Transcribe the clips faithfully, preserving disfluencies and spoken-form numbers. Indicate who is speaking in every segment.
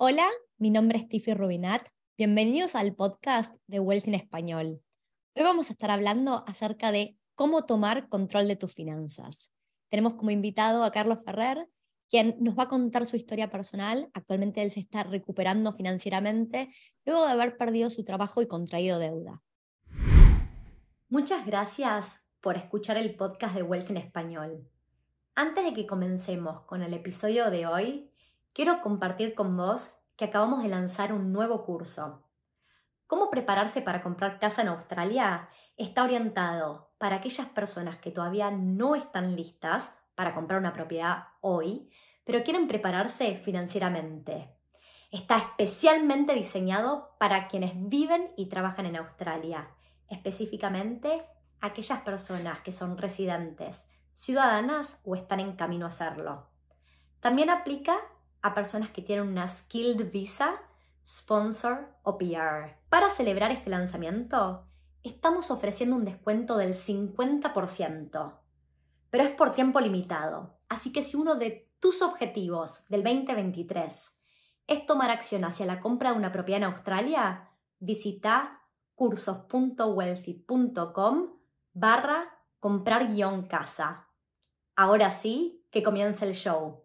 Speaker 1: Hola, mi nombre es Tiffy Rubinat. Bienvenidos al podcast de Wealth in Español. Hoy vamos a estar hablando acerca de cómo tomar control de tus finanzas. Tenemos como invitado a Carlos Ferrer, quien nos va a contar su historia personal. Actualmente él se está recuperando financieramente luego de haber perdido su trabajo y contraído deuda. Muchas gracias por escuchar el podcast de Wealth in Español. Antes de que comencemos con el episodio de hoy, quiero compartir con vos que acabamos de lanzar un nuevo curso. ¿Cómo prepararse para comprar casa en Australia? Está orientado para aquellas personas que todavía no están listas para comprar una propiedad hoy, pero quieren prepararse financieramente. Está especialmente diseñado para quienes viven y trabajan en Australia, específicamente aquellas personas que son residentes, ciudadanas o están en camino a hacerlo. También aplica a personas que tienen una Skilled Visa, Sponsor o P R. Para celebrar este lanzamiento, estamos ofreciendo un descuento del cincuenta por ciento, pero es por tiempo limitado. Así que si uno de tus objetivos del veinte veintitrés es tomar acción hacia la compra de una propiedad en Australia, visita cursos.wealthy.com barra comprar guión casa. Ahora sí, que comience el show.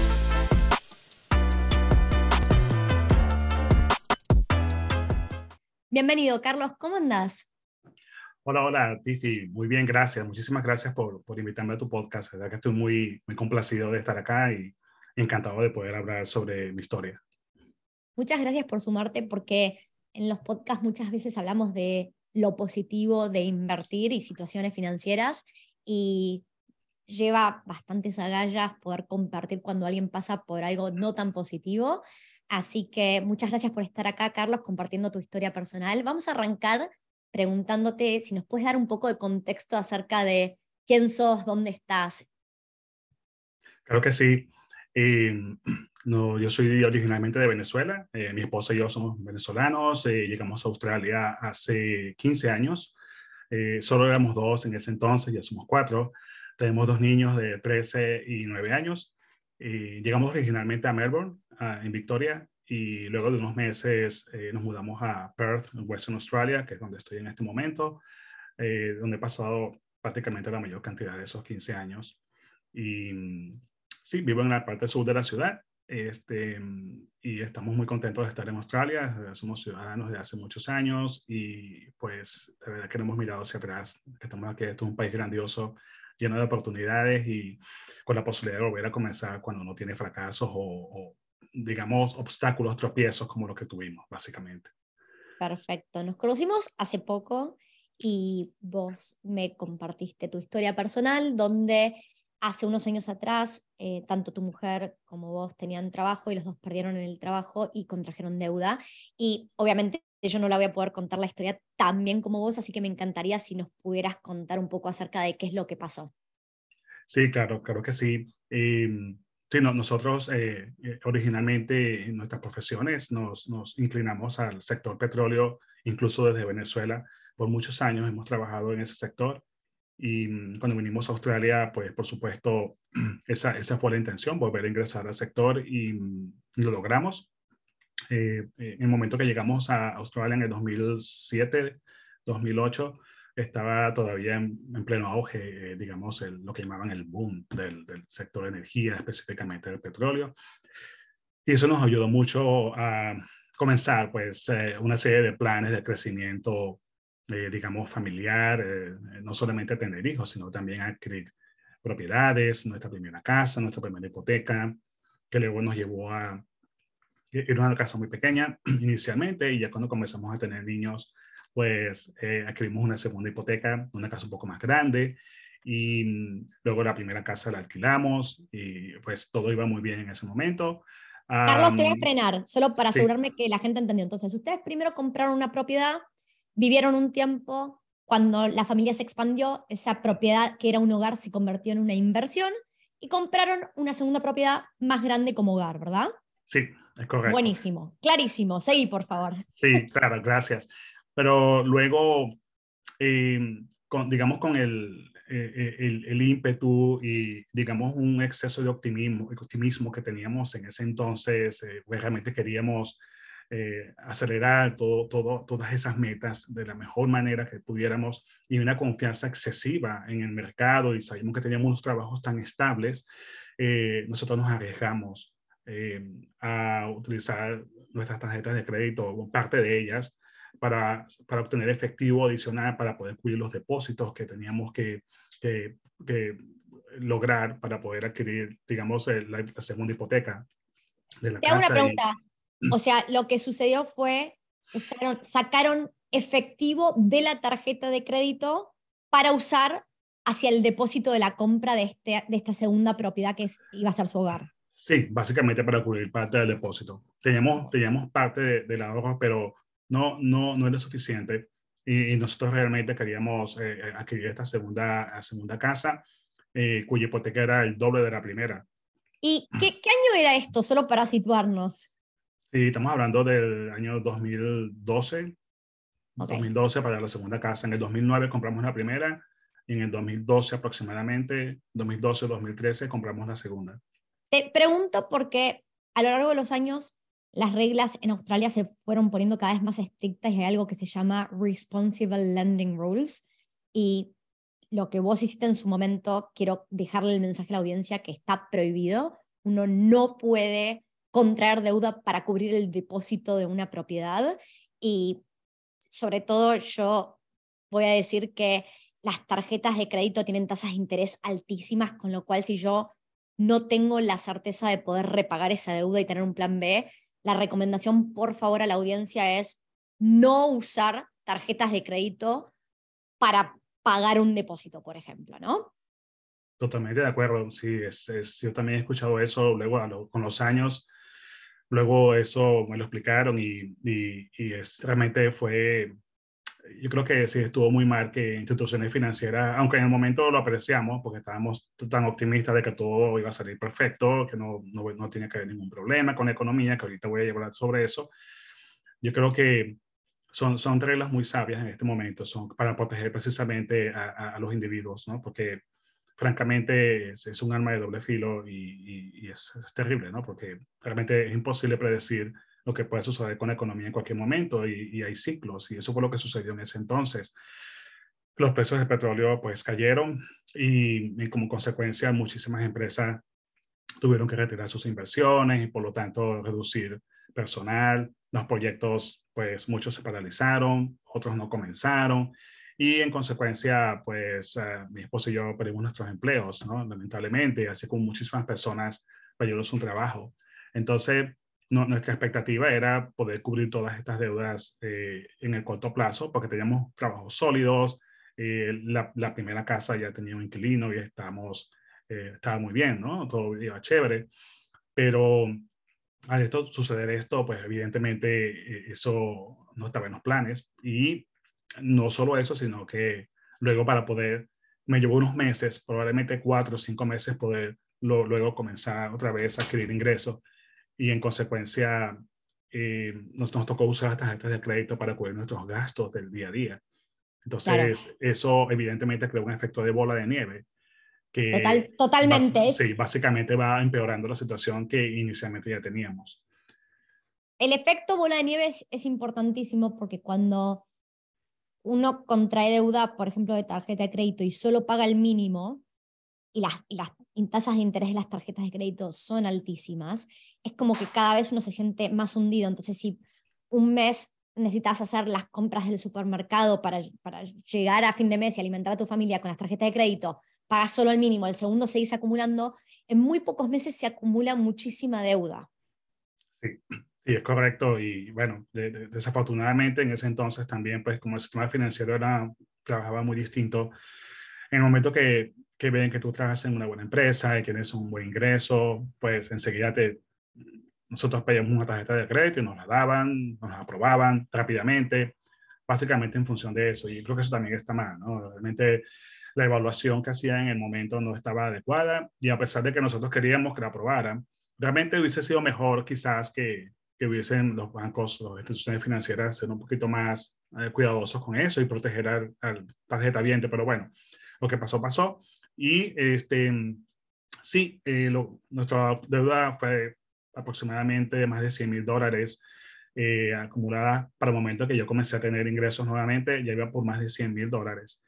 Speaker 1: Bienvenido, Carlos, ¿cómo andás?
Speaker 2: Hola, hola, Tiffy. Muy bien, gracias. Muchísimas gracias por, por invitarme a tu podcast. La verdad que estoy muy, muy complacido de estar acá y encantado de poder hablar sobre mi historia.
Speaker 1: Muchas gracias por sumarte porque en los podcasts muchas veces hablamos de lo positivo de invertir y situaciones financieras y lleva bastantes agallas poder compartir cuando alguien pasa por algo no tan positivo. Así que muchas gracias por estar acá, Carlos, compartiendo tu historia personal. Vamos a arrancar preguntándote si nos puedes dar un poco de contexto acerca de quién sos, dónde estás.
Speaker 2: Claro que sí. Eh, no, yo soy originalmente de Venezuela. Eh, mi esposa y yo somos venezolanos. Eh, llegamos a Australia hace quince años. Eh, solo éramos dos en ese entonces, ya somos cuatro. Tenemos dos niños de trece y nueve años. Eh, llegamos originalmente a Melbourne, a, en Victoria, y luego de unos meses eh, nos mudamos a Perth, en Western Australia, que es donde estoy en este momento, eh, donde he pasado prácticamente la mayor cantidad de esos quince años. Y sí, vivo en la parte sur de la ciudad. Este, y estamos muy contentos de estar en Australia. Somos ciudadanos de hace muchos años y pues de verdad que no hemos mirado hacia atrás, que estamos aquí. Esto es un país grandioso, lleno de oportunidades y con la posibilidad de volver a comenzar cuando no tiene fracasos o, o digamos obstáculos, tropiezos como los que tuvimos básicamente.
Speaker 1: Perfecto. Nos conocimos hace poco y vos me compartiste tu historia personal, donde hace unos años atrás, eh, tanto tu mujer como vos tenían trabajo y los dos perdieron el trabajo y contrajeron deuda. Y obviamente yo no la voy a poder contar la historia tan bien como vos, así que me encantaría si nos pudieras contar un poco acerca de qué es lo que pasó.
Speaker 2: Sí, claro, claro que sí. Y, sí, no, nosotros eh, eh, originalmente en nuestras profesiones nos, nos inclinamos al sector petróleo, incluso desde Venezuela. Por muchos años hemos trabajado en ese sector y mm, cuando vinimos a Australia, pues por supuesto, esa, esa fue la intención, volver a ingresar al sector y mm, lo logramos. Eh, eh, en el momento que llegamos a Australia en el dos mil siete, dos mil ocho, estaba todavía en, en pleno auge, eh, digamos, el, lo que llamaban el boom del, del sector de energía, específicamente del petróleo. Y eso nos ayudó mucho a comenzar, pues, eh, una serie de planes de crecimiento, eh, digamos, familiar, eh, no solamente a tener hijos, sino también a adquirir propiedades, nuestra primera casa, nuestra primera hipoteca, que luego nos llevó a era una casa muy pequeña inicialmente y ya cuando comenzamos a tener niños, pues eh, adquirimos una segunda hipoteca, una casa un poco más grande y mm, luego la primera casa la alquilamos y pues todo iba muy bien en ese momento.
Speaker 1: Carlos, te voy a
Speaker 2: Um,
Speaker 1: frenar, solo para
Speaker 2: sí,
Speaker 1: asegurarme que la gente entendió. Entonces, ustedes primero compraron una propiedad, vivieron un tiempo, cuando la familia se expandió, esa propiedad que era un hogar se convirtió en una inversión y compraron una segunda propiedad más grande como hogar, ¿verdad?
Speaker 2: sí, es correcto.
Speaker 1: Buenísimo, clarísimo. Seguí, por favor.
Speaker 2: Sí, claro, gracias. Pero luego, eh, con, digamos, con el, eh, el, el ímpetu y, digamos, un exceso de optimismo, optimismo que teníamos en ese entonces, eh, pues realmente queríamos eh, acelerar todo, todo, todas esas metas de la mejor manera que pudiéramos y una confianza excesiva en el mercado y sabíamos que teníamos unos trabajos tan estables, eh, nosotros nos arriesgamos eh, a utilizar nuestras tarjetas de crédito o parte de ellas para, para obtener efectivo adicional para poder cubrir los depósitos que teníamos que, que, que lograr para poder adquirir, digamos, la, la segunda hipoteca de la
Speaker 1: Te hago una
Speaker 2: casa. Y,
Speaker 1: pregunta. O sea, lo que sucedió fue, usaron, sacaron efectivo de la tarjeta de crédito para usar hacia el depósito de la compra de, este, de esta segunda propiedad que es, iba a ser su hogar.
Speaker 2: sí, básicamente para cubrir parte del depósito. Teníamos, teníamos parte de, del ahorro, pero no, no, no era suficiente. Y, y nosotros realmente queríamos eh, adquirir esta segunda, segunda casa, eh, cuya hipoteca era el doble de la primera.
Speaker 1: ¿Y qué, qué año era esto? Solo para situarnos.
Speaker 2: Sí, estamos hablando del año dos mil doce,
Speaker 1: Ok.
Speaker 2: dos mil doce para la segunda casa. En el dos mil nueve compramos la primera y en el dos mil doce aproximadamente, dos mil doce, dos mil trece compramos la segunda.
Speaker 1: Te pregunto porque a lo largo de los años las reglas en Australia se fueron poniendo cada vez más estrictas y hay algo que se llama Responsible Lending Rules. Y lo que vos hiciste en su momento, quiero dejarle el mensaje a la audiencia que está prohibido. Uno no puede contraer deuda para cubrir el depósito de una propiedad. Y sobre todo yo voy a decir que las tarjetas de crédito tienen tasas de interés altísimas, con lo cual si yo no tengo la certeza de poder repagar esa deuda y tener un plan B, la recomendación, por favor, a la audiencia es no usar tarjetas de crédito para pagar un depósito, por ejemplo, ¿no?
Speaker 2: Totalmente de acuerdo, sí, es, es, yo también he escuchado eso luego a lo, con los años, luego eso me lo explicaron y, y, y es, realmente fue, yo creo que sí estuvo muy mal que instituciones financieras, aunque en el momento lo apreciamos porque estábamos tan optimistas de que todo iba a salir perfecto, que no, no, no tenía que haber ningún problema con la economía, que ahorita voy a hablar sobre eso, yo creo que son, son reglas muy sabias en este momento, son para proteger precisamente a, a, a los individuos, ¿no? Porque francamente es, es un arma de doble filo y, y, y es, es terrible, ¿no? Porque realmente es imposible predecir lo que puede suceder con la economía en cualquier momento y, y hay ciclos y eso fue lo que sucedió en ese entonces. Los precios del petróleo pues cayeron y, y como consecuencia muchísimas empresas tuvieron que retirar sus inversiones y por lo tanto reducir personal. Los proyectos, pues muchos se paralizaron, otros no comenzaron y en consecuencia, pues uh, mi esposo y yo perdimos nuestros empleos, ¿no? Lamentablemente, así como muchísimas personas perdieron su trabajo. Entonces, no, nuestra expectativa era poder cubrir todas estas deudas eh, en el corto plazo porque teníamos trabajos sólidos, eh, la, la primera casa ya tenía un inquilino y estábamos eh, estaba muy bien, ¿no? Todo iba chévere, pero al esto, suceder esto, pues evidentemente eh, eso no estaba en los planes y no solo eso, sino que luego para poder, me llevó unos meses, probablemente cuatro o cinco meses, poder lo, luego comenzar otra vez a adquirir ingresos y en consecuencia eh, nos, nos tocó usar las tarjetas de crédito para cubrir nuestros gastos del día a día.
Speaker 1: Claro,
Speaker 2: Entonces, eso evidentemente creó un efecto de bola de nieve que
Speaker 1: total, totalmente. Es,
Speaker 2: sí, básicamente va empeorando la situación que inicialmente ya teníamos.
Speaker 1: el efecto bola de nieve es, es importantísimo porque cuando uno contrae deuda, por ejemplo, de tarjeta de crédito y solo paga el mínimo, y las, y las tasas de interés de las tarjetas de crédito son altísimas, es como que cada vez uno se siente más hundido. Entonces, si un mes necesitas hacer las compras del supermercado para, para llegar a fin de mes y alimentar a tu familia con las tarjetas de crédito, pagas solo el mínimo, el segundo seguís acumulando, en muy pocos meses se acumula muchísima deuda.
Speaker 2: Sí, sí, es correcto. Y bueno, de, de, desafortunadamente en ese entonces también, pues como el sistema financiero era, trabajaba muy distinto, en el momento que, que ven que tú trabajas en una buena empresa y tienes un buen ingreso, pues enseguida te, nosotros pedíamos una tarjeta de crédito y nos la daban, nos la aprobaban rápidamente, básicamente en función de eso. Y creo que eso también está mal, ¿no? Realmente la evaluación que hacían en el momento no estaba adecuada y a pesar de que nosotros queríamos que la aprobaran, realmente hubiese sido mejor quizás que, que hubiesen los bancos, las instituciones financieras ser un poquito más eh, cuidadosos con eso y proteger al, al tarjeta viente, pero bueno, lo que pasó, pasó. Y este, sí, eh, lo, nuestra deuda fue aproximadamente de más de cien mil dólares eh, acumulada para el momento que yo comencé a tener ingresos nuevamente, ya iba por más de cien mil dólares.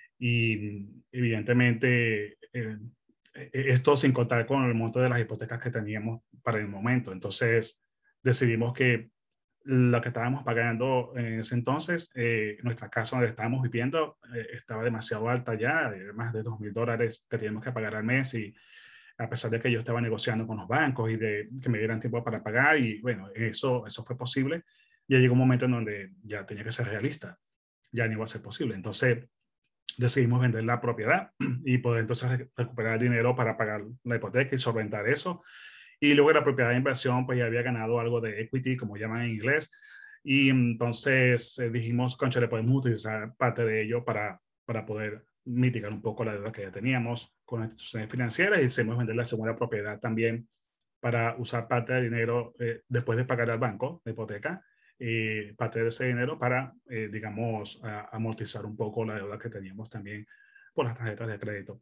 Speaker 2: Y evidentemente, eh, esto sin contar con el monto de las hipotecas que teníamos para el momento. Entonces, decidimos que lo que estábamos pagando en ese entonces, eh, nuestra casa donde estábamos viviendo, eh, estaba demasiado alta ya, eh, más de dos mil dólares que teníamos que pagar al mes. Y a pesar de que yo estaba negociando con los bancos y de que me dieran tiempo para pagar, y bueno, eso, eso fue posible, ya llegó un momento en donde ya tenía que ser realista, ya no iba a ser posible. Entonces, decidimos vender la propiedad y poder entonces recuperar el dinero para pagar la hipoteca y solventar eso. Y luego la propiedad de inversión, pues ya había ganado algo de equity, como llaman en inglés. Y entonces eh, dijimos, concha, le podemos utilizar parte de ello para, para poder mitigar un poco la deuda que ya teníamos con las instituciones financieras, y decidimos vender la segunda propiedad también para usar parte del dinero eh, después de pagar al banco la hipoteca, eh, parte de ese dinero para, eh, digamos, a, amortizar un poco la deuda que teníamos también por las tarjetas de crédito.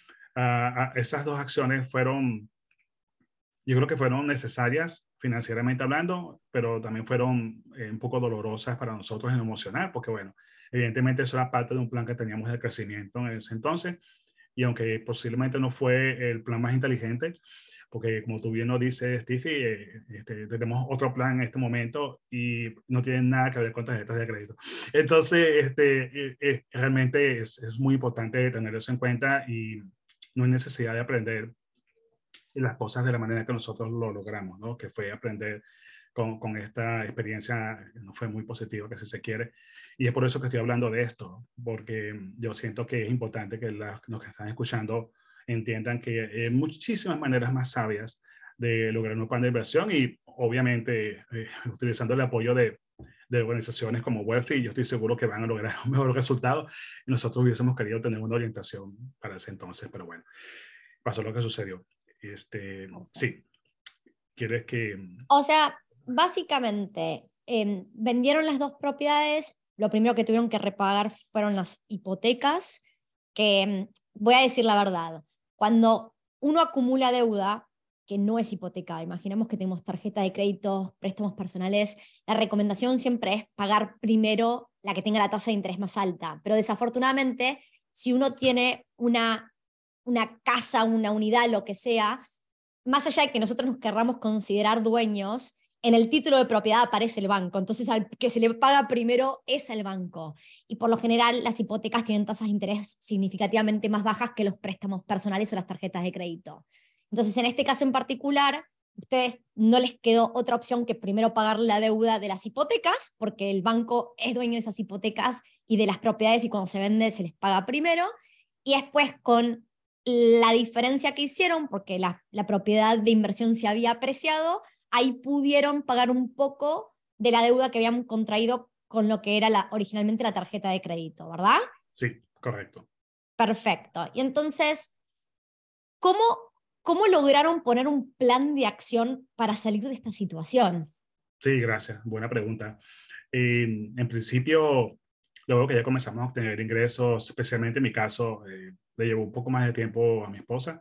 Speaker 2: Uh, esas dos acciones fueron, yo creo que fueron necesarias financieramente hablando, pero también fueron eh, un poco dolorosas para nosotros en lo emocional, porque bueno, evidentemente eso era parte de un plan que teníamos de crecimiento en ese entonces, y aunque posiblemente no fue el plan más inteligente, porque como tú bien nos dices, Steffi, eh, este, tenemos otro plan en este momento y no tiene nada que ver con tarjetas de crédito. Entonces, este, eh, eh, realmente es, es muy importante tener eso en cuenta, y no hay necesidad de aprender las cosas de la manera que nosotros lo logramos, ¿no? Que fue aprender con, con esta experiencia, no fue muy positiva, que si se quiere. Y es por eso que estoy hablando de esto, porque yo siento que es importante que la, los que están escuchando entiendan que hay muchísimas maneras más sabias de lograr un plan de inversión, y obviamente eh, utilizando el apoyo de, de organizaciones como Wealthy, yo estoy seguro que van a lograr un mejor resultado, y nosotros hubiésemos querido tener una orientación para ese entonces, pero bueno, pasó lo que sucedió. Este, sí, ¿quieres que...?
Speaker 1: O sea, básicamente, eh, vendieron las dos propiedades, lo primero que tuvieron que repagar fueron las hipotecas, que voy a decir la verdad, cuando uno acumula deuda, que no es hipoteca, imaginemos que tenemos tarjeta de créditos, préstamos personales, la recomendación siempre es pagar primero la que tenga la tasa de interés más alta, pero desafortunadamente, si uno tiene una, una casa, una unidad, lo que sea, más allá de que nosotros nos querramos considerar dueños, en el título de propiedad aparece el banco, entonces al que se le paga primero es el banco. Y por lo general las hipotecas tienen tasas de interés significativamente más bajas que los préstamos personales o las tarjetas de crédito. Entonces, en este caso en particular, a ustedes no les quedó otra opción que primero pagar la deuda de las hipotecas, porque el banco es dueño de esas hipotecas y de las propiedades, y cuando se vende se les paga primero, y después con la diferencia que hicieron, porque la, la propiedad de inversión se había apreciado, ahí pudieron pagar un poco de la deuda que habían contraído con lo que era la, originalmente la tarjeta de crédito, ¿verdad?
Speaker 2: Sí, correcto.
Speaker 1: Perfecto. Y entonces, ¿cómo, cómo lograron poner un plan de acción para salir de esta situación?
Speaker 2: Sí, gracias. Buena pregunta. Eh, en principio, luego que ya comenzamos a obtener ingresos, especialmente en mi caso, eh, le llevó un poco más de tiempo a mi esposa,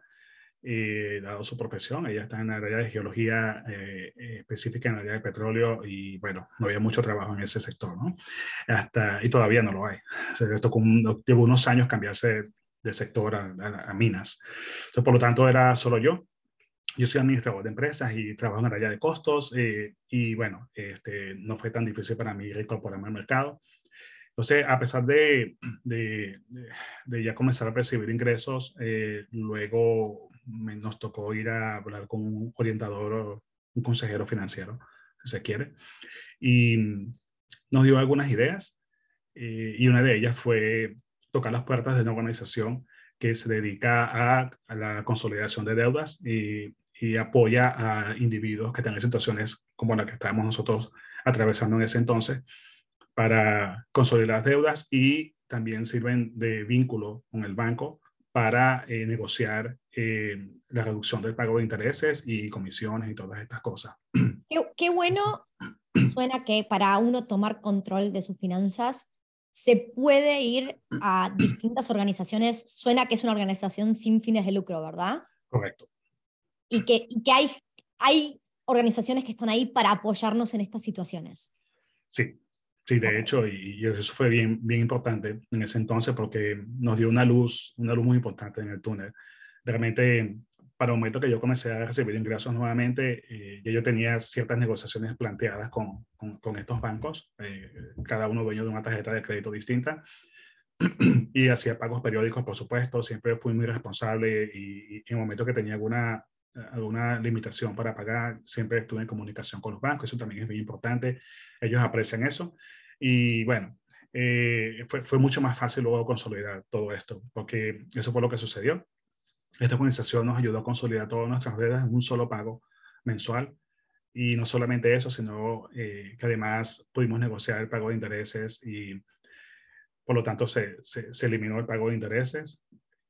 Speaker 2: eh, dado su profesión. Ella está en el área de geología, eh, específica en el área de petróleo, y bueno, no había mucho trabajo en ese sector, ¿no? Hasta, y todavía no lo hay. Se le tocó un, llevó unos años cambiarse de sector a, a, a minas. Entonces, por lo tanto, era solo yo. Yo soy administrador de empresas y trabajo en el área de costos, eh, y bueno, este, no fue tan difícil para mí reincorporarme al mercado. Entonces, a pesar de, de, de, de ya comenzar a percibir ingresos, eh, luego me, nos tocó ir a hablar con un orientador o un consejero financiero, si se quiere, y nos dio algunas ideas, eh, y una de ellas fue tocar las puertas de una organización que se dedica a, a la consolidación de deudas, y, y apoya a individuos que están en situaciones como la que estábamos nosotros atravesando en ese entonces, para consolidar deudas, y también sirven de vínculo con el banco para eh, negociar eh, la reducción del pago de intereses y comisiones y todas estas cosas.
Speaker 1: Qué, qué bueno suena que para uno tomar control de sus finanzas se puede ir a distintas organizaciones. Suena que es una organización sin fines de lucro, ¿verdad?
Speaker 2: Correcto.
Speaker 1: Y que, y que hay, hay organizaciones que están ahí para apoyarnos en estas situaciones.
Speaker 2: Sí, sí, de
Speaker 1: Okay.
Speaker 2: hecho, y, y eso fue bien, bien importante en ese entonces porque nos dio una luz, una luz muy importante en el túnel. Realmente, para el momento que yo comencé a recibir ingresos nuevamente, eh, ya yo tenía ciertas negociaciones planteadas con, con, con estos bancos, eh, cada uno dueño de una tarjeta de crédito distinta, y hacía pagos periódicos, por supuesto. Siempre fui muy responsable y, y en el momento que tenía alguna, alguna limitación para pagar, siempre estuve en comunicación con los bancos. Eso también es muy importante. Ellos aprecian eso. Y bueno, eh, fue, fue mucho más fácil luego consolidar todo esto, porque eso fue lo que sucedió. Esta organización nos ayudó a consolidar todas nuestras deudas en un solo pago mensual. Y no solamente eso, sino eh, que además pudimos negociar el pago de intereses y por lo tanto se, se, se eliminó el pago de intereses.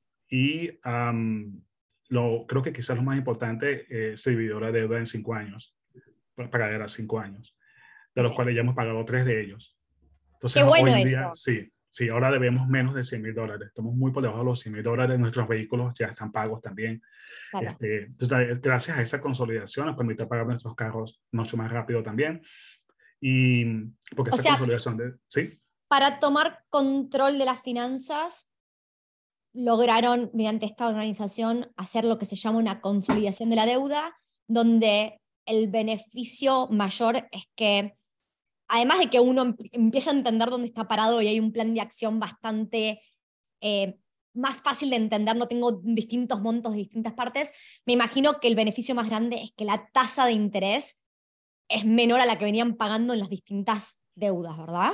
Speaker 2: Y um, lo, creo que quizás lo más importante, eh, se dividió la deuda en cinco años, pagadera cinco años, de los
Speaker 1: Okay.
Speaker 2: cuales ya hemos pagado tres de ellos. Entonces,
Speaker 1: Qué
Speaker 2: hoy
Speaker 1: bueno
Speaker 2: en día,
Speaker 1: eso.
Speaker 2: sí, sí, ahora debemos menos de cien mil dólares. Estamos muy por debajo de los cien mil dólares. Nuestros vehículos ya están pagos también.
Speaker 1: Claro.
Speaker 2: Este, entonces, gracias a esa consolidación nos permite pagar nuestros carros mucho más rápido también. Y porque
Speaker 1: O
Speaker 2: esa
Speaker 1: sea,
Speaker 2: consolidación de, sí,
Speaker 1: para tomar control de las finanzas, lograron, mediante esta organización, hacer lo que se llama una consolidación de la deuda, donde el beneficio mayor es que, además de que uno empieza a entender dónde está parado y hay un plan de acción bastante eh, más fácil de entender, no tengo distintos montos de distintas partes, me imagino que el beneficio más grande es que la tasa de interés es menor a la que venían pagando en las distintas deudas, ¿verdad?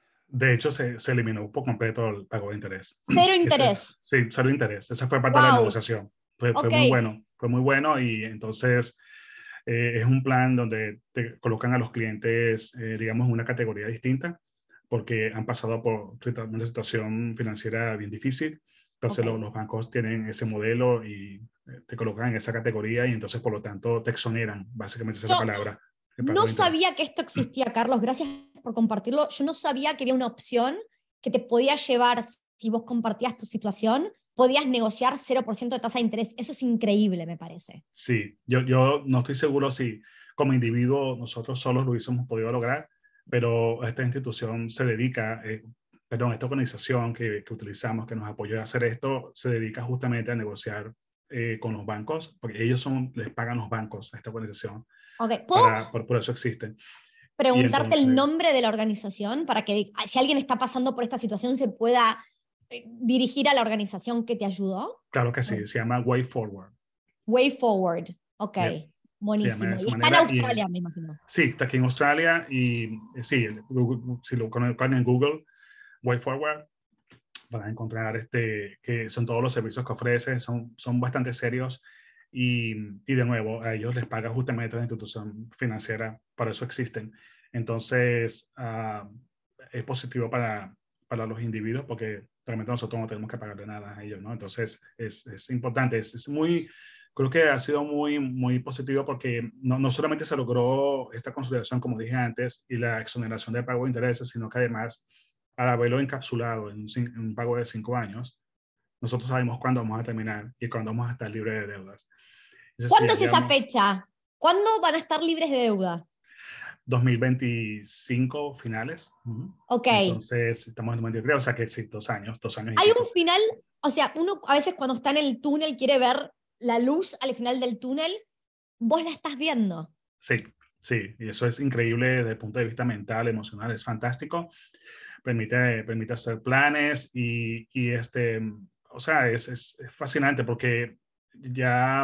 Speaker 2: de hecho, se, se eliminó por completo el pago de interés.
Speaker 1: Cero
Speaker 2: Ese,
Speaker 1: interés.
Speaker 2: sí, cero interés. Esa fue parte de la
Speaker 1: Wow.
Speaker 2: negociación. Fue, fue
Speaker 1: Ok.
Speaker 2: muy bueno, fue muy bueno y entonces eh, es un plan donde te colocan a los clientes, eh, digamos, en una categoría distinta porque han pasado por una situación financiera bien difícil. Entonces
Speaker 1: Ok.
Speaker 2: lo, los bancos tienen ese modelo y eh, te colocan en esa categoría y entonces por lo tanto te exoneran, básicamente esa es la
Speaker 1: Yo
Speaker 2: palabra, el pago
Speaker 1: no
Speaker 2: de interés.
Speaker 1: sabía que esto existía, Carlos. Gracias por compartirlo. Yo no sabía que había una opción que te podía llevar, si vos compartías tu situación, podías negociar cero por ciento de tasa de interés. Eso es increíble, me parece.
Speaker 2: Sí, yo, yo no estoy seguro si como individuo nosotros solos lo hubiésemos podido lograr, pero esta institución se dedica, eh, perdón, esta organización que, que utilizamos, que nos apoyó a hacer esto, se dedica justamente a negociar eh, con los bancos, porque ellos son, les pagan los bancos a esta organización,
Speaker 1: Ok. ¿Puedo
Speaker 2: para, por, por eso existen. Y
Speaker 1: preguntarte el
Speaker 2: entonces,
Speaker 1: nombre de la organización para que si alguien está pasando por esta situación se pueda eh, dirigir a la organización que te ayudó?
Speaker 2: claro que sí, se llama Way Forward.
Speaker 1: Way Forward. Ok.
Speaker 2: Yep, se llama de
Speaker 1: Buenísimo. Y
Speaker 2: esa
Speaker 1: está en
Speaker 2: manera. Y eh,
Speaker 1: Australia, me imagino.
Speaker 2: sí, está aquí en Australia y eh, sí, Google, si lo colocan en Google, Way Forward, para encontrar este, que son todos los servicios que ofrecen, son, son bastante serios y, y de nuevo a ellos les paga justamente la institución financiera, para eso existen. Entonces uh, es positivo para, para los individuos porque realmente nosotros no tenemos que pagarle nada a ellos, ¿no? Entonces es, es importante, es, es muy, creo que ha sido muy, muy positivo porque no, no solamente se logró esta consolidación, como dije antes, y la exoneración del pago de intereses, sino que además al haberlo encapsulado en un, en un pago de cinco años, nosotros sabemos cuándo vamos a terminar y cuándo vamos a estar libres de deudas. Entonces, si
Speaker 1: ¿Cuándo
Speaker 2: ya
Speaker 1: es esa
Speaker 2: llevamos
Speaker 1: fecha? ¿Cuándo van a estar libres de deuda?
Speaker 2: dos mil veinticinco finales, uh-huh.
Speaker 1: Ok.
Speaker 2: Entonces estamos en dos mil veintitrés, o sea que sí, dos años, dos años y
Speaker 1: Hay un
Speaker 2: pico.
Speaker 1: final, o sea, uno a veces cuando está en el túnel quiere ver la luz al final del túnel, vos la estás viendo.
Speaker 2: Sí, sí, y eso es increíble desde el punto de vista mental, emocional, es fantástico. Permite, permite hacer planes y, y este, o sea, es, es, es fascinante porque ya,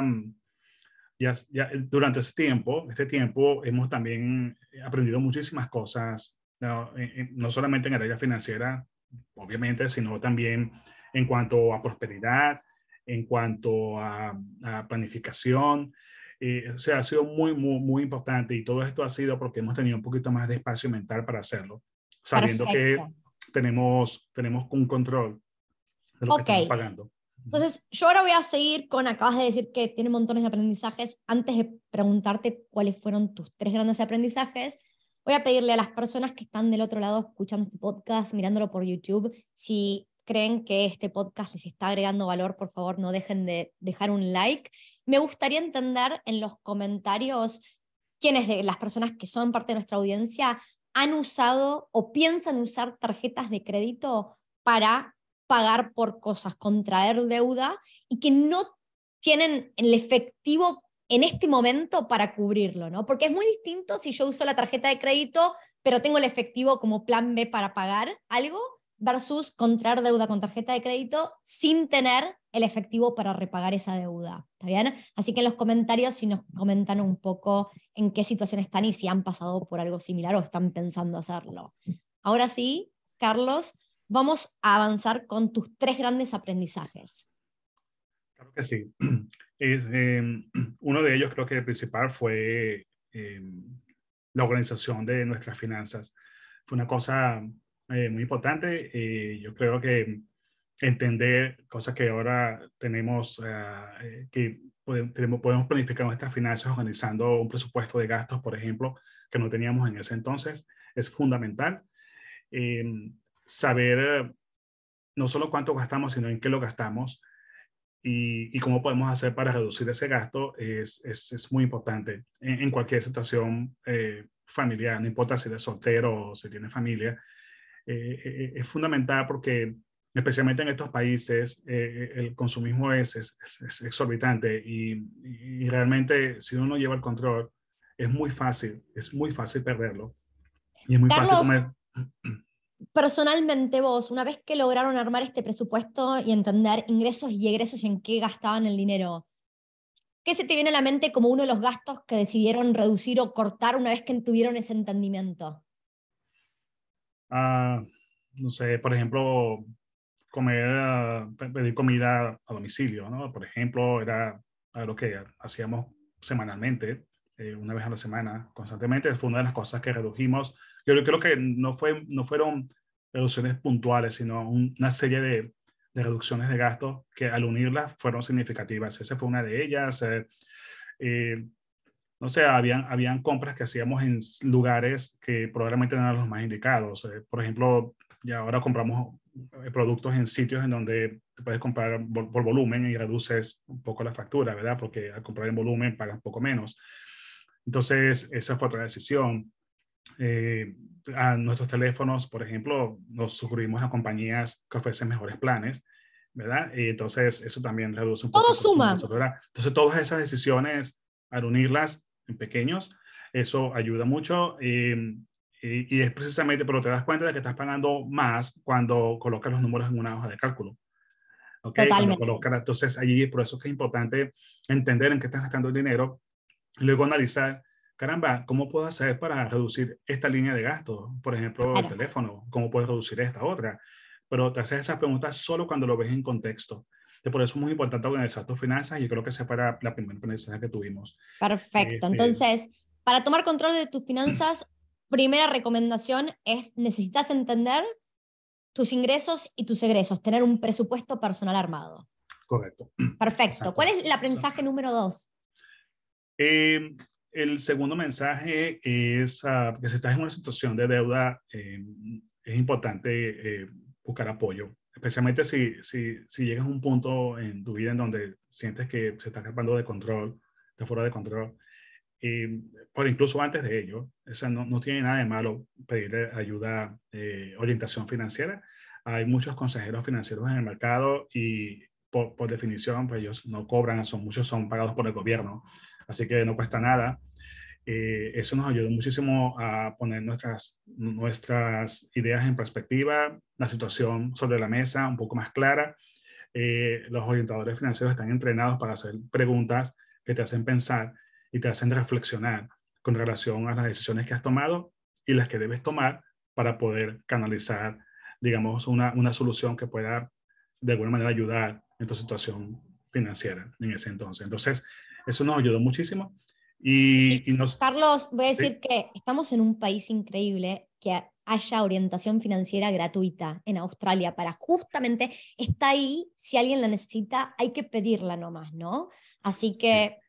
Speaker 2: ya, ya durante ese tiempo, este tiempo, hemos también aprendido muchísimas cosas, no, no solamente en el área financiera, obviamente, sino también en cuanto a prosperidad, en cuanto a, a planificación. Eh, o sea, ha sido muy, muy, muy importante y todo esto ha sido porque hemos tenido un poquito más de espacio mental para hacerlo, sabiendo que
Speaker 1: Perfecto.
Speaker 2: tenemos, tenemos un control de lo que
Speaker 1: Ok.
Speaker 2: estamos pagando.
Speaker 1: Entonces, yo ahora voy a seguir con, acabas de decir que tiene montones de aprendizajes. Antes de preguntarte cuáles fueron tus tres grandes aprendizajes, Voy a pedirle a las personas que están del otro lado escuchando este podcast, mirándolo por YouTube, si creen que este podcast les está agregando valor, por favor no dejen de dejar un like. Me gustaría entender en los comentarios quiénes de las personas que son parte de nuestra audiencia han usado o piensan usar tarjetas de crédito para pagar por cosas, contraer deuda y que no tienen el efectivo en este momento para cubrirlo, ¿no? Porque es muy distinto si yo uso la tarjeta de crédito, pero tengo el efectivo como plan B para pagar algo, versus contraer deuda con tarjeta de crédito sin tener el efectivo para repagar esa deuda. ¿Está bien? Así que en los comentarios si nos comentan un poco en qué situación están y si han pasado por algo similar o están pensando hacerlo. Ahora sí, Carlos, vamos a avanzar con tus tres grandes aprendizajes.
Speaker 2: Claro que sí. Es, eh, uno de ellos, creo que el principal, fue eh, la organización de nuestras finanzas. Fue una cosa eh, muy importante. Eh, yo creo que entender cosas que ahora tenemos, uh, que podemos, podemos planificar nuestras finanzas organizando un presupuesto de gastos, por ejemplo, que no teníamos en ese entonces, es fundamental. Eh, saber no solo cuánto gastamos, sino en qué lo gastamos. Y, y cómo podemos hacer para reducir ese gasto es, es, es muy importante en, en cualquier situación eh, familiar, no importa si eres soltero o si tienes familia. Eh, eh, es fundamental porque especialmente en estos países eh, el consumismo es, es, es exorbitante y, y realmente si uno no lleva el control es muy fácil, es muy fácil perderlo y es muy fácil
Speaker 1: Carlos,
Speaker 2: comer.
Speaker 1: personalmente vos, una vez que lograron armar este presupuesto y entender ingresos y egresos y en qué gastaban el dinero, ¿qué se te viene a la mente como uno de los gastos que decidieron reducir o cortar una vez que tuvieron ese entendimiento?
Speaker 2: Uh, no sé, por ejemplo, comer, uh, pedir comida a domicilio, ¿no? Por ejemplo, era algo que hacíamos semanalmente, eh, una vez a la semana, constantemente. Fue una de las cosas que redujimos. Yo creo que no, fue, no fueron reducciones puntuales, sino un, una serie de, de reducciones de gastos que al unirlas fueron significativas. Esa fue una de ellas. Eh, eh, no sé, habían, habían compras que hacíamos en lugares que probablemente no eran los más indicados. Eh, por ejemplo, ya ahora compramos eh, productos en sitios en donde te puedes comprar por, por volumen y reduces un poco la factura, ¿verdad? Porque al comprar en volumen pagas un poco menos. Entonces, esa fue otra decisión. Eh, a nuestros teléfonos, por ejemplo, nos suscribimos a compañías que ofrecen mejores planes, ¿verdad? Y entonces, eso también reduce un poco
Speaker 1: Todo
Speaker 2: el consumo de
Speaker 1: suma.
Speaker 2: nosotros, ¿verdad? Entonces, todas esas decisiones, al unirlas en pequeños, eso ayuda mucho. Y, y, y es precisamente, pero te das cuenta de que estás pagando más cuando colocas los números en una hoja de cálculo. ¿Ok? Cuando
Speaker 1: Totalmente.
Speaker 2: colocas, entonces allí, por eso es que es importante entender en qué estás gastando el dinero y luego analizar, caramba, ¿cómo puedo hacer para reducir esta línea de gasto? Por ejemplo, el
Speaker 1: Claro.
Speaker 2: teléfono, ¿cómo puedo reducir esta otra? Pero te haces esas preguntas solo cuando lo ves en contexto. Y por eso es muy importante organizar tus finanzas y yo creo que esa fue la, la primera aprendizaje que tuvimos.
Speaker 1: Perfecto.
Speaker 2: Este,
Speaker 1: Entonces, para tomar control de tus finanzas, primera recomendación es necesitas entender tus ingresos y tus egresos, tener un presupuesto personal armado.
Speaker 2: correcto.
Speaker 1: Perfecto. ¿Cuál
Speaker 2: Exacto.
Speaker 1: es el aprendizaje número dos?
Speaker 2: Eh, el segundo mensaje es uh, que si estás en una situación de deuda, eh, es importante eh, buscar apoyo, especialmente si, si, si llegas a un punto en tu vida en donde sientes que se está escapando de control, está fuera de control. Eh, pero incluso antes de ello, o sea, no, no tiene nada de malo pedirle ayuda, eh, orientación financiera. Hay muchos consejeros financieros en el mercado y por, por definición, pues ellos no cobran, son, muchos son pagados por el gobierno, así que no cuesta nada. Eh, eso nos ayudó muchísimo a poner nuestras, nuestras ideas en perspectiva, la situación sobre la mesa un poco más clara. Eh, los orientadores financieros están entrenados para hacer preguntas que te hacen pensar y te hacen reflexionar con relación a las decisiones que has tomado y las que debes tomar para poder canalizar, digamos, una, una solución que pueda de alguna manera ayudar en tu situación financiera en ese entonces. Entonces, eso nos ayudó muchísimo y, y nos...
Speaker 1: Carlos, voy a
Speaker 2: ¿Sí?
Speaker 1: decir que estamos en un país increíble, que haya orientación financiera gratuita en Australia para justamente, está ahí, si alguien la necesita, hay que pedirla nomás, ¿no? Así
Speaker 2: Sí.
Speaker 1: que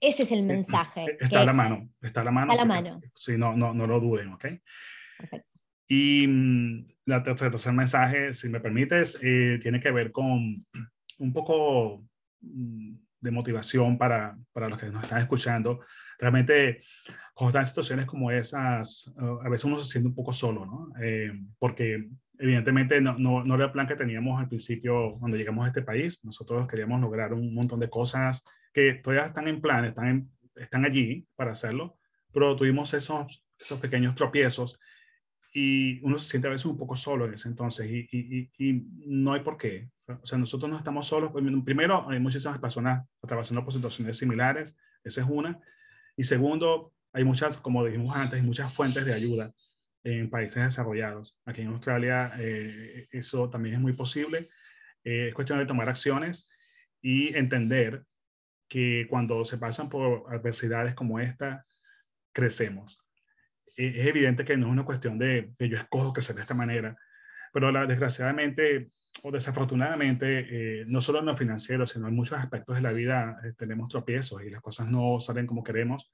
Speaker 1: ese es el mensaje.
Speaker 2: Está a la mano, está a la mano.
Speaker 1: Está a la mano.
Speaker 2: Que, sí, no, no, no lo duden, ¿ok?
Speaker 1: Perfecto.
Speaker 2: Y mm, la tercer, tercer mensaje, si me permites, eh, tiene que ver con un poco mm, de motivación para, para los que nos están escuchando. Realmente, cuando están en situaciones como esas, uh, a veces uno se siente un poco solo, ¿no? Eh, porque evidentemente no, no, no era el plan que teníamos al principio cuando llegamos a este país. Nosotros queríamos lograr un montón de cosas que todavía están en plan, están, en, están allí para hacerlo, pero tuvimos esos, esos pequeños tropiezos y uno se siente a veces un poco solo en ese entonces y, y, y, y no hay por qué. O sea, nosotros no estamos solos. Primero, hay muchísimas personas atravesando por situaciones similares, esa es una. Y segundo, hay muchas, como dijimos antes, hay muchas fuentes de ayuda en países desarrollados. Aquí en Australia eh, eso también es muy posible. Eh, es cuestión de tomar acciones y entender que cuando se pasan por adversidades como esta, crecemos. Es evidente que no es una cuestión de que yo escojo crecer de esta manera, pero la, desgraciadamente o desafortunadamente, eh, no solo en lo financiero, sino en muchos aspectos de la vida eh, tenemos tropiezos y las cosas no salen como queremos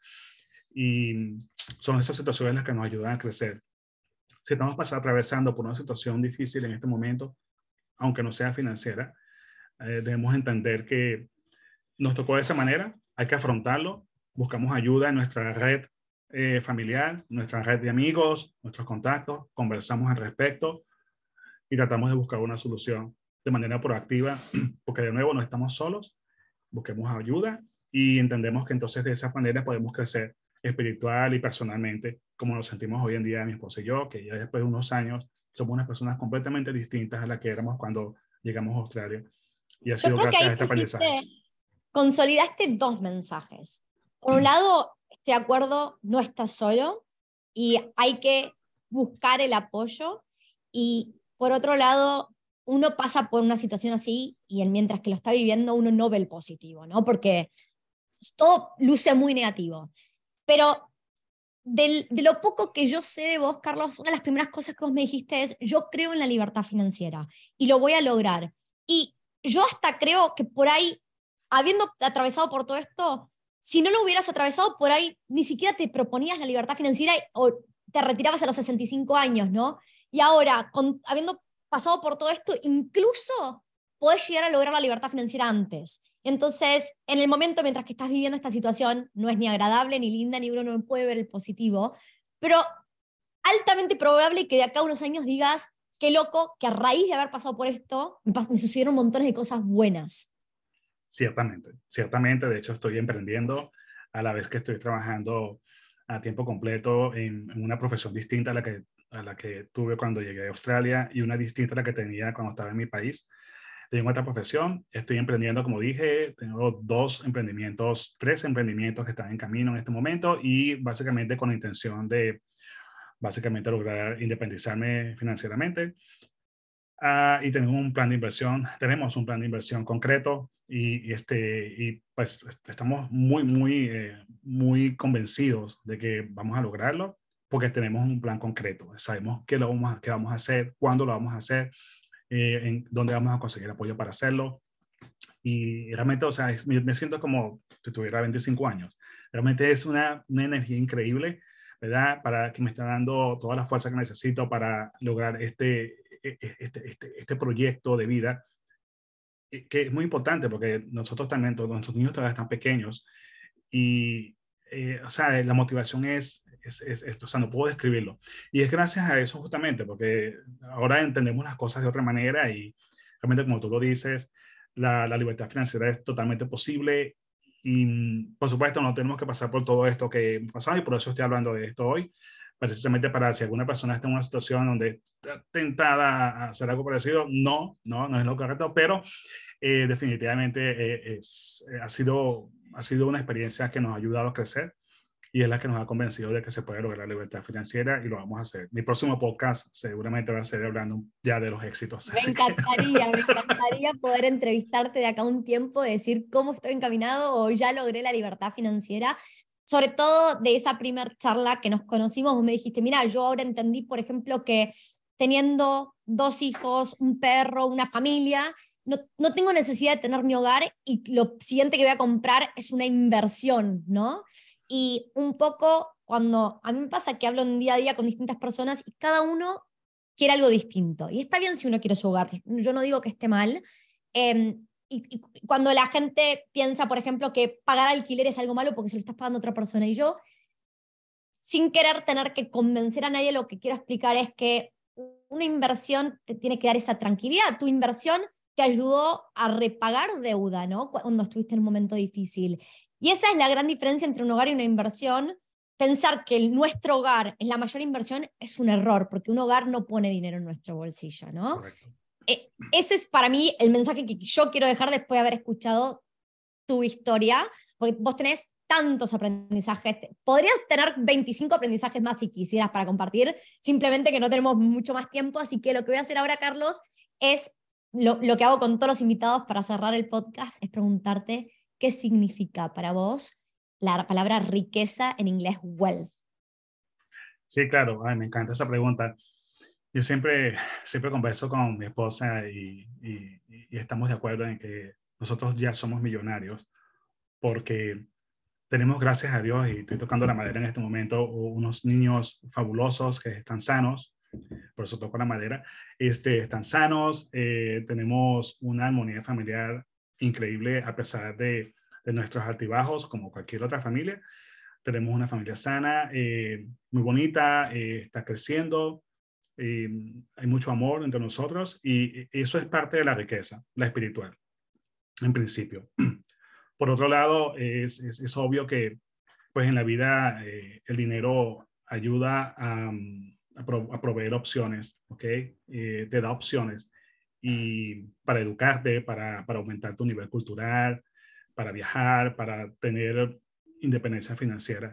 Speaker 2: y son esas situaciones las que nos ayudan a crecer. Si estamos pasando, atravesando por una situación difícil en este momento, aunque no sea financiera, eh, debemos entender que nos tocó de esa manera, hay que afrontarlo, buscamos ayuda en nuestra red eh, familiar, nuestra red de amigos, nuestros contactos, conversamos al respecto y tratamos de buscar una solución de manera proactiva, porque de nuevo no estamos solos, busquemos ayuda y entendemos que entonces de esa manera podemos crecer espiritual y personalmente, como nos sentimos hoy en día mi esposa y yo, que ya después de unos años somos unas personas completamente distintas a las que éramos cuando llegamos a Australia. Y ha
Speaker 1: Yo
Speaker 2: sido
Speaker 1: creo que
Speaker 2: gracias
Speaker 1: ahí
Speaker 2: a este aprendizaje.
Speaker 1: pusiste, consolidaste dos mensajes. Por un lado, estoy de acuerdo, no estás solo y hay que buscar el apoyo. Y por otro lado, uno pasa por una situación así y en, mientras que lo está viviendo uno no ve el positivo, ¿no? Porque todo luce muy negativo. Pero del, de lo poco que yo sé de vos, Carlos, una de las primeras cosas que vos me dijiste es, yo creo en la libertad financiera y lo voy a lograr. Y yo hasta creo que por ahí, habiendo atravesado por todo esto, si no lo hubieras atravesado por ahí, ni siquiera te proponías la libertad financiera o te retirabas a los sesenta y cinco años, ¿no? Y ahora, con, habiendo pasado por todo esto, incluso podés llegar a lograr la libertad financiera antes. Entonces, en el momento mientras que estás viviendo esta situación, no es ni agradable, ni linda, ni uno no puede ver el positivo, pero altamente probable que de acá a unos años digas, qué loco, que a raíz de haber pasado por esto, me, me sucedieron montones de cosas buenas.
Speaker 2: Ciertamente, ciertamente. De hecho, estoy emprendiendo a la vez que estoy trabajando a tiempo completo en, en una profesión distinta a la, que, a la que tuve cuando llegué a Australia y una distinta a la que tenía cuando estaba en mi país. Tengo otra profesión, estoy emprendiendo, como dije, tengo dos emprendimientos, tres emprendimientos que están en camino en este momento y básicamente con la intención de básicamente lograr independizarme financieramente. Uh, y tenemos un plan de inversión, tenemos un plan de inversión concreto y, y, este, y pues estamos muy, muy, eh, muy convencidos de que vamos a lograrlo porque tenemos un plan concreto. Sabemos qué, lo vamos, a, qué vamos a hacer, cuándo lo vamos a hacer, eh, en dónde vamos a conseguir apoyo para hacerlo. Y realmente, o sea, es, me, me siento como si tuviera veinticinco años. Realmente es una, una energía increíble, ¿verdad? Para que me está dando toda la fuerza que necesito para lograr este, este, este, este proyecto de vida, que es muy importante porque nosotros también, todos nuestros niños todavía están pequeños y, eh, o sea, la motivación es, es, es, es, o sea, no puedo describirlo. Y es gracias a eso justamente, porque ahora entendemos las cosas de otra manera y realmente, como tú lo dices, la, la libertad financiera es totalmente posible y, por supuesto, no tenemos que pasar por todo esto que pasamos y por eso estoy hablando de esto hoy, precisamente para si alguna persona está en una situación donde está tentada a hacer algo parecido, no, no, no es lo correcto, pero eh, definitivamente eh, es, eh, ha, sido, ha sido una experiencia que nos ha ayudado a crecer y es la que nos ha convencido de que se puede lograr la libertad financiera y lo vamos a hacer. Mi próximo podcast seguramente va a ser hablando ya de los éxitos.
Speaker 1: Me encantaría, que... me encantaría poder entrevistarte de acá un tiempo, decir cómo estoy encaminado o ya logré la libertad financiera. Sobre todo de esa primera charla que nos conocimos, vos me dijiste, mira, yo ahora entendí, por ejemplo, que teniendo dos hijos, un perro, una familia, no, no tengo necesidad de tener mi hogar y lo siguiente que voy a comprar es una inversión, ¿no? Y un poco cuando a mí me pasa que hablo en día a día con distintas personas y cada uno quiere algo distinto. Y está bien si uno quiere su hogar, yo no digo que esté mal. Eh, y, y cuando la gente piensa, por ejemplo, que pagar alquiler es algo malo porque se lo estás pagando a otra persona, y yo, sin querer tener que convencer a nadie, lo que quiero explicar es que una inversión te tiene que dar esa tranquilidad. Tu inversión te ayudó a repagar deuda, ¿no? Cuando estuviste en un momento difícil. Y esa es la gran diferencia entre un hogar y una inversión. Pensar que el, nuestro hogar es la mayor inversión es un error, porque un hogar no pone dinero en nuestro bolsillo, ¿no?
Speaker 2: Correcto.
Speaker 1: Eh, ese es para mí el mensaje que yo quiero dejar después de haber escuchado tu historia, porque vos tenés tantos aprendizajes. Podrías tener veinticinco aprendizajes más si quisieras para compartir, simplemente que no tenemos mucho más tiempo, así que lo que voy a hacer ahora, Carlos, es lo, lo que hago con todos los invitados para cerrar el podcast, es preguntarte qué significa para vos la palabra riqueza, en inglés wealth.
Speaker 2: Sí, claro. Ay, me encanta esa pregunta. Yo siempre, siempre converso con mi esposa y, y, y estamos de acuerdo en que nosotros ya somos millonarios porque tenemos, gracias a Dios, y estoy tocando la madera en este momento, unos niños fabulosos que están sanos, por eso toco la madera, este, están sanos, eh, tenemos una armonía familiar increíble a pesar de, de nuestros altibajos, como cualquier otra familia. Tenemos una familia sana, eh, muy bonita, eh, está creciendo, eh, hay mucho amor entre nosotros y eso es parte de la riqueza, la espiritual, en principio. Por otro lado, es, es, es obvio que pues en la vida eh, el dinero ayuda a, a, pro, a proveer opciones, ¿ok? Eh, te da opciones y para educarte, para, para aumentar tu nivel cultural, para viajar, para tener independencia financiera.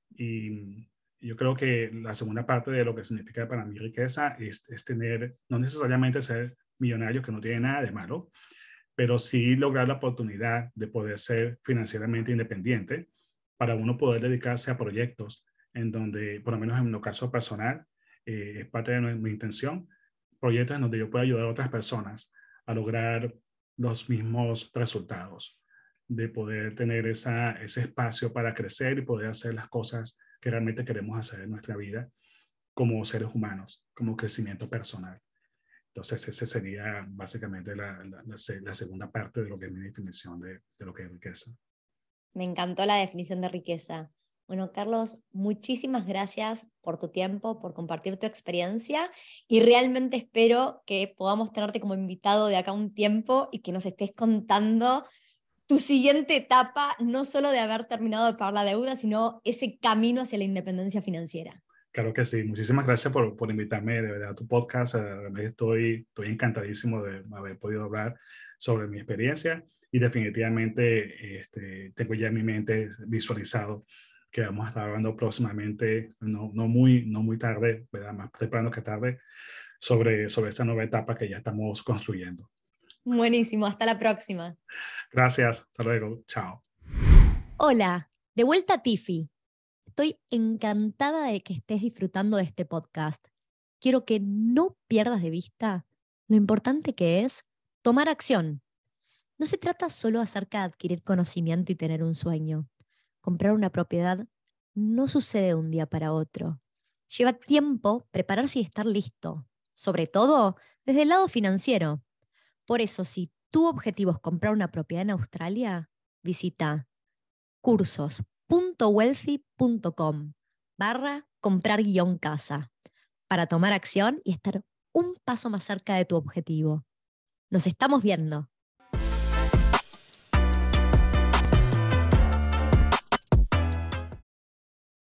Speaker 2: Y yo creo que la segunda parte de lo que significa para mí riqueza es, es tener, no necesariamente ser millonario, que no tiene nada de malo, pero sí lograr la oportunidad de poder ser financieramente independiente para uno poder dedicarse a proyectos en donde, por lo menos en mi caso personal, eh, es parte de mi intención, proyectos en donde yo pueda ayudar a otras personas a lograr los mismos resultados, de poder tener esa, ese espacio para crecer y poder hacer las cosas que realmente queremos hacer en nuestra vida como seres humanos, como crecimiento personal. Entonces, esa sería básicamente la, la, la, la segunda parte de lo que es mi definición de, de lo que es riqueza.
Speaker 1: Me encantó la definición de riqueza. Bueno, Carlos, muchísimas gracias por tu tiempo, por compartir tu experiencia y realmente espero que podamos tenerte como invitado de acá un tiempo y que nos estés contando tu siguiente etapa, no solo de haber terminado de pagar la deuda, sino ese camino hacia la independencia financiera.
Speaker 2: Claro que sí. Muchísimas gracias por, por invitarme de verdad a tu podcast. Estoy, estoy encantadísimo de haber podido hablar sobre mi experiencia y definitivamente este, tengo ya en mi mente visualizado que vamos a estar hablando próximamente, no, no, muy, no muy tarde, ¿verdad? Más temprano que tarde, sobre, sobre esta nueva etapa que ya estamos construyendo.
Speaker 1: Buenísimo, hasta la próxima.
Speaker 2: Gracias, hasta luego, chao.
Speaker 1: Hola, de vuelta a Tiffy. Estoy encantada de que estés disfrutando de este podcast. Quiero que no pierdas de vista lo importante que es tomar acción. No se trata solo acerca de adquirir conocimiento y tener un sueño. Comprar una propiedad no sucede de un día para otro. Lleva tiempo prepararse y estar listo, sobre todo desde el lado financiero. Por eso, si tu objetivo es comprar una propiedad en Australia, visita cursos.wealthy.com barra comprar guión casa para tomar acción y estar un paso más cerca de tu objetivo. Nos estamos viendo.